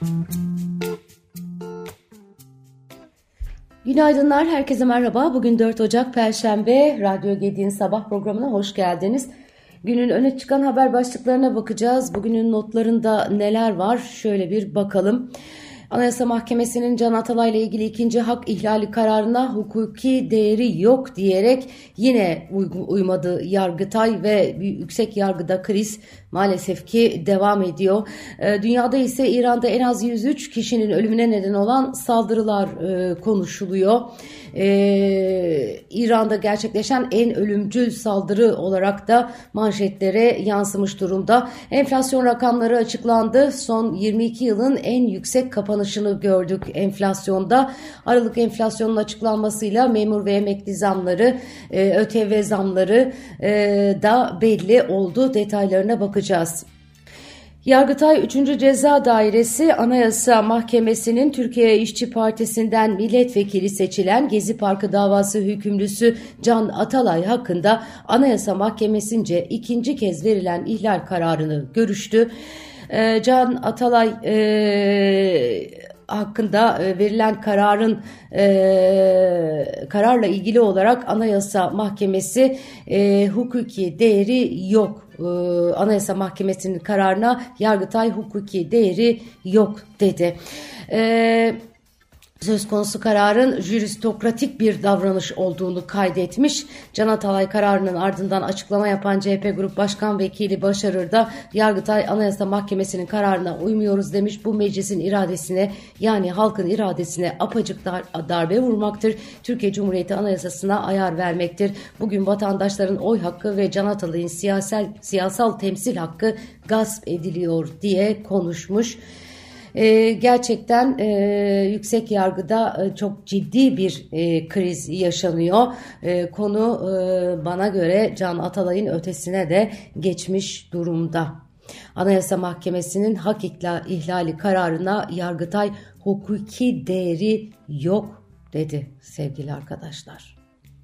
Günaydınlar, herkese merhaba. Bugün 4 Ocak Perşembe, Radyo Gedi'nin sabah programına hoş geldiniz. Günün öne çıkan haber başlıklarına bakacağız. Bugünün notlarında neler var? Şöyle bir bakalım. Anayasa Mahkemesi'nin Can Atalay ile ilgili ikinci hak ihlali kararına hukuki değeri yok diyerek yine uymadı Yargıtay ve yüksek yargıda kriz maalesef ki devam ediyor. Dünyada ise İran'da en az 103 kişinin ölümüne neden olan saldırılar konuşuluyor. İran'da gerçekleşen en ölümcül saldırı olarak da manşetlere yansımış durumda. Enflasyon rakamları açıklandı. Son 22 yılın en yüksek kapanışını gördük enflasyonda. Aralık enflasyonun açıklanmasıyla memur ve emekli zamları, ÖTV zamları da belli oldu. Detaylarına bakacağız. Yargıtay 3. Ceza Dairesi Anayasa Mahkemesi'nin Türkiye İşçi Partisi'nden milletvekili seçilen Gezi Parkı davası hükümlüsü Can Atalay hakkında Anayasa Mahkemesi'nce ikinci kez verilen ihlal kararını görüştü. Can Atalay hakkında verilen kararla ilgili olarak Anayasa Mahkemesi hukuki değeri yok. Anayasa Mahkemesi'nin kararına Yargıtay hukuki değeri yok dedi. Söz konusu kararın jüristokratik bir davranış olduğunu kaydetmiş. Can Atalay kararının ardından açıklama yapan CHP Grup Başkan Vekili Başarır da Yargıtay Anayasa Mahkemesi'nin kararına uymuyoruz demiş. Bu meclisin iradesine, yani halkın iradesine apacık darbe vurmaktır. Türkiye Cumhuriyeti Anayasası'na ayar vermektir. Bugün vatandaşların oy hakkı ve Can Atalay'ın siyasal temsil hakkı gasp ediliyor diye konuşmuş. Gerçekten yüksek yargıda çok ciddi bir kriz yaşanıyor. Konu bana göre Can Atalay'ın ötesine de geçmiş durumda. Anayasa Mahkemesi'nin hak ihlali kararına Yargıtay hukuki değeri yok dedi sevgili arkadaşlar.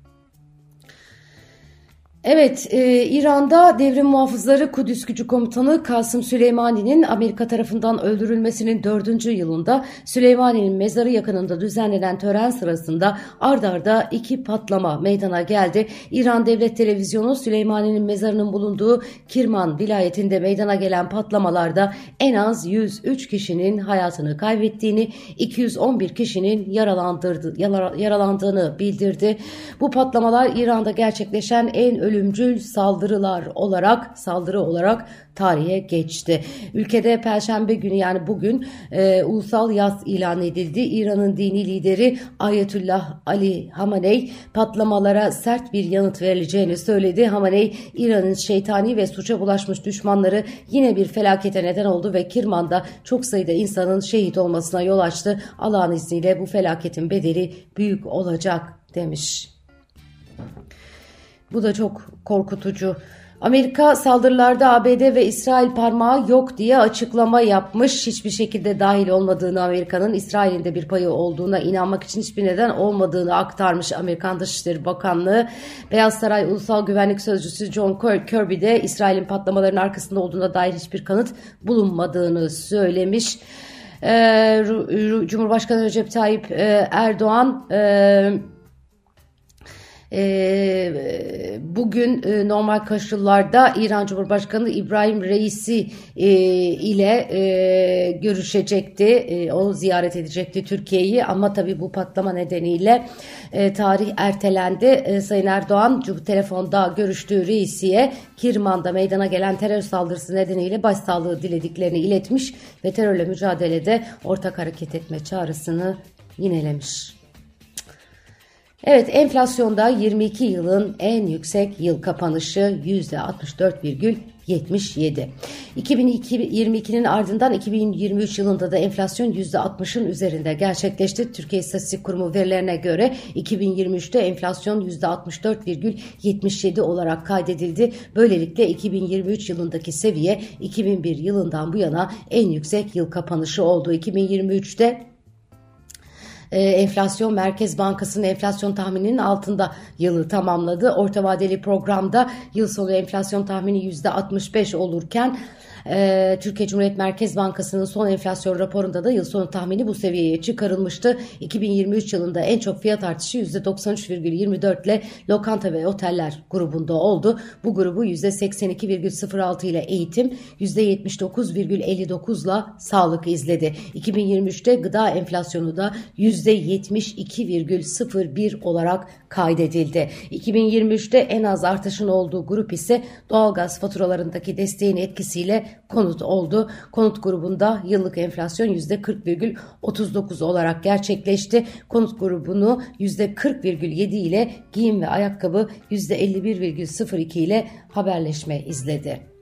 Evet, İran'da Devrim Muhafızları Kudüs Gücü Komutanı Kasım Süleymani'nin Amerika tarafından öldürülmesinin 4. yılında Süleymani'nin mezarı yakınında düzenlenen tören sırasında ard arda 2 patlama meydana geldi. İran Devlet Televizyonu Süleymani'nin mezarının bulunduğu Kirman vilayetinde meydana gelen patlamalarda en az 103 kişinin hayatını kaybettiğini, 211 kişinin yaralandığını bildirdi. Bu patlamalar İran'da gerçekleşen en ölümcül saldırı olarak tarihe geçti. Ülkede Perşembe günü, yani bugün ulusal yas ilan edildi. İran'ın dini lideri Ayetullah Ali Hamenei patlamalara sert bir yanıt verileceğini söyledi. Hamenei, İran'ın şeytani ve suça bulaşmış düşmanları yine bir felakete neden oldu ve Kirman'da çok sayıda insanın şehit olmasına yol açtı. Allah'ın izniyle bu felaketin bedeli büyük olacak demiş. Bu da çok korkutucu. Amerika saldırılarda ABD ve İsrail parmağı yok diye açıklama yapmış. Hiçbir şekilde dahil olmadığını, Amerika'nın İsrail'in de bir payı olduğuna inanmak için hiçbir neden olmadığını aktarmış Amerikan Dışişleri Bakanlığı. Beyaz Saray Ulusal Güvenlik Sözcüsü John Kirby de İsrail'in patlamaların arkasında olduğuna dair hiçbir kanıt bulunmadığını söylemiş. Cumhurbaşkanı Recep Tayyip Erdoğan bugün normal koşullarda İran Cumhurbaşkanı İbrahim Reisi ile görüşecekti. O ziyaret edecekti Türkiye'yi, ama tabii bu patlama nedeniyle tarih ertelendi. Sayın Erdoğan telefonda görüştüğü Reisi'ye Kirman'da meydana gelen terör saldırısı nedeniyle başsağlığı dilediklerini iletmiş ve terörle mücadelede ortak hareket etme çağrısını yinelemiş. Evet, enflasyonda 22 yılın en yüksek yıl kapanışı %64,77. 2022'nin ardından 2023 yılında da enflasyon %60'ın üzerinde gerçekleşti. Türkiye İstatistik Kurumu verilerine göre 2023'te enflasyon %64,77 olarak kaydedildi. Böylelikle 2023 yılındaki seviye 2001 yılından bu yana en yüksek yıl kapanışı oldu. 2023'te enflasyon, Merkez Bankası'nın enflasyon tahmininin altında yılı tamamladı. Orta vadeli programda yıl sonu enflasyon tahmini %65 olurken Türkiye Cumhuriyet Merkez Bankası'nın son enflasyon raporunda da yıl sonu tahmini bu seviyeye çıkarılmıştı. 2023 yılında en çok fiyat artışı %93,24 ile lokanta ve oteller grubunda oldu. Bu grubu %82,06 ile eğitim, %79,59 ile sağlık izledi. 2023'te gıda enflasyonu da %72,01 olarak kaydedildi. 2023'te en az artışın olduğu grup ise doğalgaz faturalarındaki desteğin etkisiyle konut oldu. Konut grubunda yıllık enflasyon %40,39 olarak gerçekleşti. Konut grubunu %40,7 ile giyim ve ayakkabı %51,02 ile haberleşme izledi.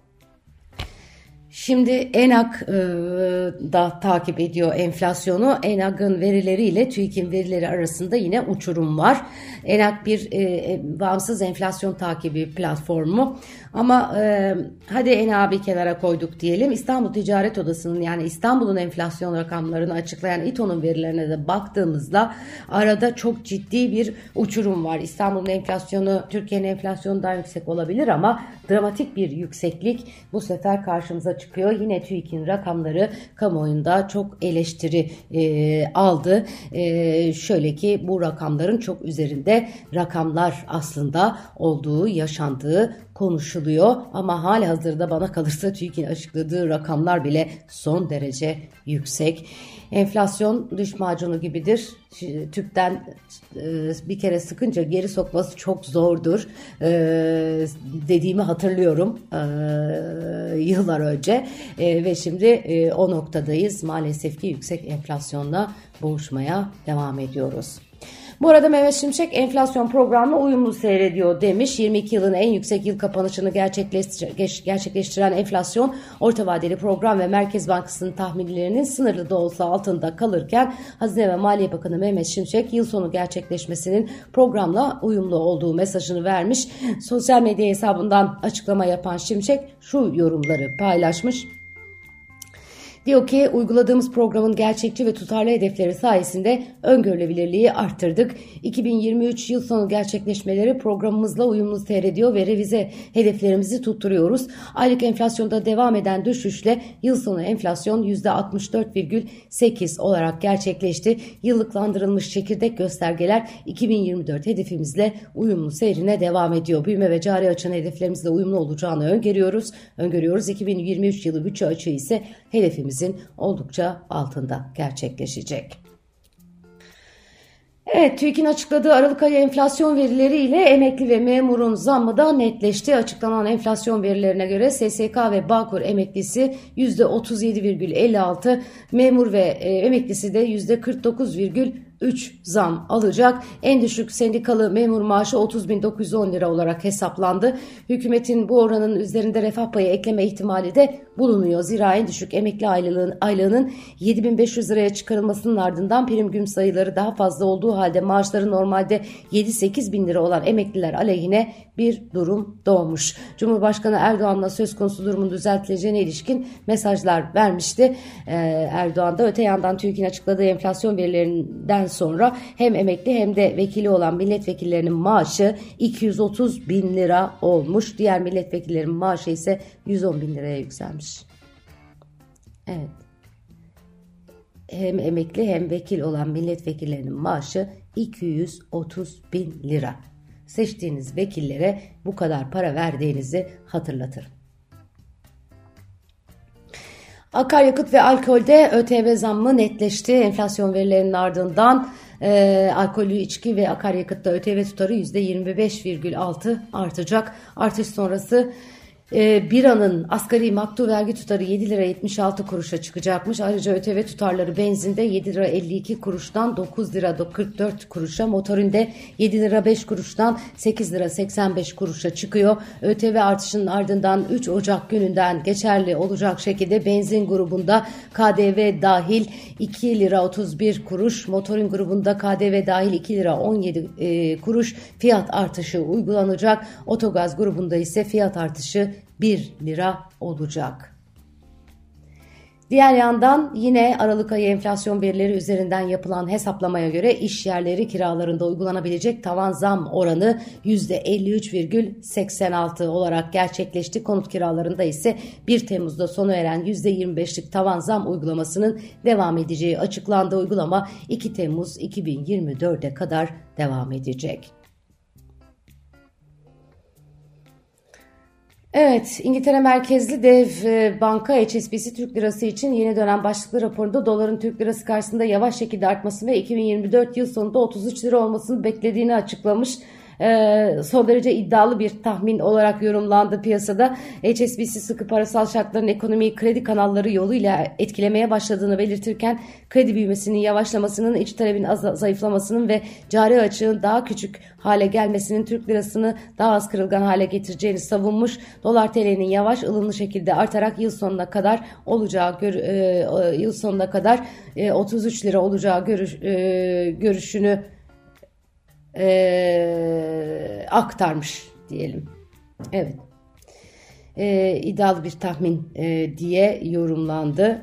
Şimdi ENAK da takip ediyor enflasyonu. ENAK'ın verileriyle TÜİK'in verileri arasında yine uçurum var. ENAK bir bağımsız enflasyon takibi platformu. Ama hadi ENAK'ı bir kenara koyduk diyelim. İstanbul Ticaret Odası'nın, yani İstanbul'un enflasyon rakamlarını açıklayan İTO'nun verilerine de baktığımızda arada çok ciddi bir uçurum var. İstanbul'un enflasyonu Türkiye'nin enflasyonundan yüksek olabilir ama dramatik bir yükseklik bu sefer karşımıza çıkıyor. Yine TÜİK'in rakamları kamuoyunda çok eleştiri aldı. Şöyle ki bu rakamların çok üzerinde rakamlar aslında olduğu, yaşandığı konuşuluyor. Ama halihazırda bana kalırsa TÜİK'in açıkladığı rakamlar bile son derece yüksek. Enflasyon diş macunu gibidir. Tüpten bir kere sıkınca geri sokması çok zordur. Dediğimi hatırlıyorum yıllar önce. Ve şimdi o noktadayız. Maalesef ki yüksek enflasyonla boğuşmaya devam ediyoruz. Bu arada Mehmet Şimşek enflasyon programına uyumlu seyrediyor demiş. 22 yılın en yüksek yıl kapanışını gerçekleştiren enflasyon orta vadeli program ve Merkez Bankası'nın tahminlerinin sınırlı da olsa altında kalırken Hazine ve Maliye Bakanı Mehmet Şimşek yıl sonu gerçekleşmesinin programla uyumlu olduğu mesajını vermiş. Sosyal medya hesabından açıklama yapan Şimşek şu yorumları paylaşmış. Diyor ki uyguladığımız programın gerçekçi ve tutarlı hedefleri sayesinde öngörülebilirliği arttırdık. 2023 yıl sonu gerçekleşmeleri programımızla uyumlu seyrediyor ve revize hedeflerimizi tutturuyoruz. Aylık enflasyonda devam eden düşüşle yıl sonu enflasyon %64,8 olarak gerçekleşti. Yıllıklandırılmış çekirdek göstergeler 2024 hedefimizle uyumlu seyrine devam ediyor. Büyüme ve cari açığın hedeflerimizle uyumlu olacağını öngörüyoruz. 2023 yılı bütçe açığı ise hedefimiz oldukça altında gerçekleşecek. Evet, TÜİK'in açıkladığı Aralık ayı enflasyon verileriyle emekli ve memurun zammı da netleşti. Açıklanan enflasyon verilerine göre SSK ve Bağkur emeklisi %37,56, memur ve emeklisi de %49,3 zam alacak. En düşük sendikalı memur maaşı 30.910 lira olarak hesaplandı. Hükümetin bu oranın üzerinde refah payı ekleme ihtimali de bulunuyor. Zira en düşük emekli aylığının 7.500 liraya çıkarılmasının ardından prim gün sayıları daha fazla olduğu halde maaşları normalde 7-8 bin lira olan emekliler aleyhine bir durum doğmuş. Cumhurbaşkanı Erdoğan'la söz konusu durumun düzeltileceğine ilişkin mesajlar vermişti. Erdoğan da öte yandan TÜİK'in açıkladığı enflasyon verilerinden sonra hem emekli hem de vekili olan milletvekillerinin maaşı 230 bin lira olmuş. Diğer milletvekillerinin maaşı ise 110 bin liraya yükselmiş. Evet. Hem emekli hem vekil olan milletvekillerinin maaşı 230 bin lira. Seçtiğiniz vekillere bu kadar para verdiğinizi hatırlatırım. Akaryakıt ve alkolde ÖTV zammı netleşti. Enflasyon verilerinin ardından alkollü içki ve akaryakıtta ÖTV tutarı %25,6 artacak. Artış sonrası biranın asgari maktu vergi tutarı 7 lira 76 kuruşa çıkacakmış. Ayrıca ÖTV tutarları benzinde 7 lira 52 kuruştan 9 lira 44 kuruşa, motorinde 7 lira 5 kuruştan 8 lira 85 kuruşa çıkıyor. ÖTV artışının ardından 3 Ocak gününden geçerli olacak şekilde benzin grubunda KDV dahil 2 lira 31 kuruş, motorin grubunda KDV dahil 2 lira 17 kuruş fiyat artışı uygulanacak. Otogaz grubunda ise fiyat artışı 1 lira olacak. Diğer yandan yine Aralık ayı enflasyon verileri üzerinden yapılan hesaplamaya göre iş yerleri kiralarında uygulanabilecek tavan zam oranı %53,86 olarak gerçekleşti. Konut kiralarında ise 1 Temmuz'da sona eren %25'lik tavan zam uygulamasının devam edeceği açıklandı. Uygulama 2 Temmuz 2024'e kadar devam edecek. Evet, İngiltere merkezli dev banka HSBC Türk lirası için yeni dönem başlıklı raporunda doların Türk lirası karşısında yavaş şekilde artması ve 2024 yıl sonunda 33 lira olmasını beklediğini açıklamış. Son derece iddialı bir tahmin olarak yorumlandı piyasada. HSBC sıkı parasal şartların ekonomiyi kredi kanalları yoluyla etkilemeye başladığını belirtirken kredi büyümesinin yavaşlamasının, iç talebin zayıflamasının ve cari açığın daha küçük hale gelmesinin Türk lirasını daha az kırılgan hale getireceğini savunmuş. Dolar TL'nin yavaş ılımlı şekilde artarak yıl sonuna kadar 33 lira olacağı görüşünü aktarmış diyelim. Evet. İddialı bir tahmin diye yorumlandı.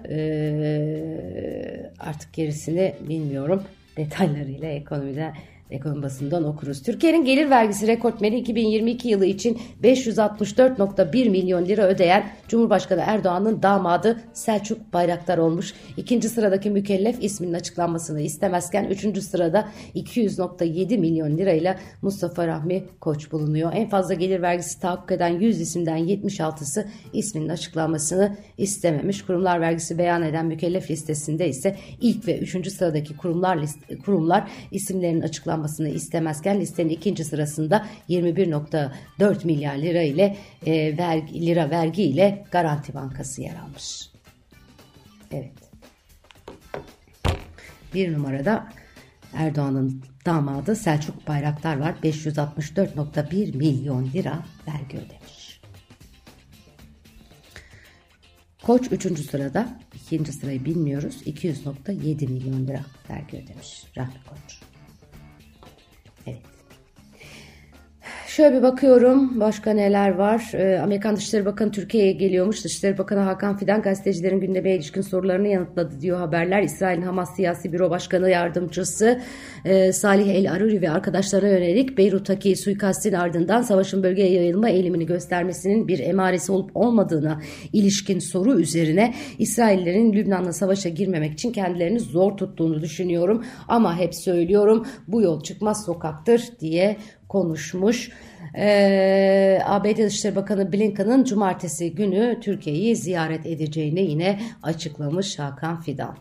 Artık gerisini bilmiyorum. Detaylarıyla ekonomi basından okuruz. Türkiye'nin gelir vergisi rekortmeni 2022 yılı için 564,1 milyon lira ödeyen Cumhurbaşkanı Erdoğan'ın damadı Selçuk Bayraktar olmuş. İkinci sıradaki mükellef isminin açıklanmasını istemezken 3. sırada 200,7 milyon lirayla Mustafa Rahmi Koç bulunuyor. En fazla gelir vergisi tahakkuk eden 100 isimden 76'sı isminin açıklanmasını istememiş. Kurumlar vergisi beyan eden mükellef listesinde ise ilk ve 3. sıradaki kurumlar isimlerinin açıklanmasını istemezken listenin ikinci sırasında 21,4 milyar lira ile vergi ile Garanti Bankası yer almış. Evet. Bir numarada Erdoğan'ın damadı Selçuk Bayraktar var. 564,1 milyon lira vergi ödemiş. Koç 3. sırada. 2. sırayı bilmiyoruz. 200,7 milyon lira vergi ödemiş Rahmi Koç. Evet. Şöyle bir bakıyorum başka neler var. Amerikan Dışişleri Bakanı Türkiye'ye geliyormuş. Dışişleri Bakanı Hakan Fidan gazetecilerin gündeme ilişkin sorularını yanıtladı diyor haberler. İsrail'in Hamas Siyasi Büro Başkanı Yardımcısı Salih El Aruri ve arkadaşlarına yönelik Beyrut'taki suikastin ardından savaşın bölgeye yayılma eğilimini göstermesinin bir emaresi olup olmadığına ilişkin soru üzerine İsraillerin Lübnan'la savaşa girmemek için kendilerini zor tuttuğunu düşünüyorum. Ama hep söylüyorum bu yol çıkmaz sokaktır diye konuşmuş. ABD Dışişleri Bakanı Blinken'ın cumartesi günü Türkiye'yi ziyaret edeceğini yine açıklamış Hakan Fidan.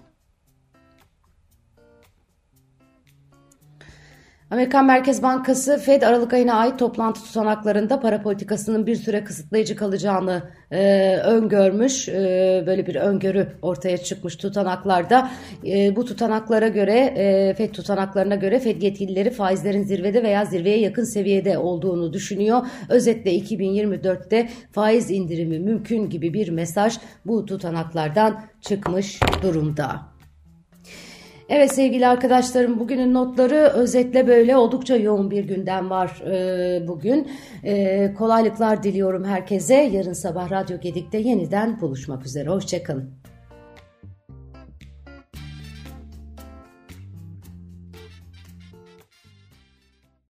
Amerikan Merkez Bankası Fed Aralık ayına ait toplantı tutanaklarında para politikasının bir süre kısıtlayıcı kalacağını öngörmüş. Böyle bir öngörü ortaya çıkmış tutanaklarda. Bu tutanaklara göre Fed tutanaklarına göre Fed yetkilileri faizlerin zirvede veya zirveye yakın seviyede olduğunu düşünüyor. Özetle 2024'te faiz indirimi mümkün gibi bir mesaj bu tutanaklardan çıkmış durumda. Evet sevgili arkadaşlarım, bugünün notları özetle böyle, oldukça yoğun bir gündem var bugün. Kolaylıklar diliyorum herkese. Yarın sabah Radyo Gedik'te yeniden buluşmak üzere. Hoşçakalın.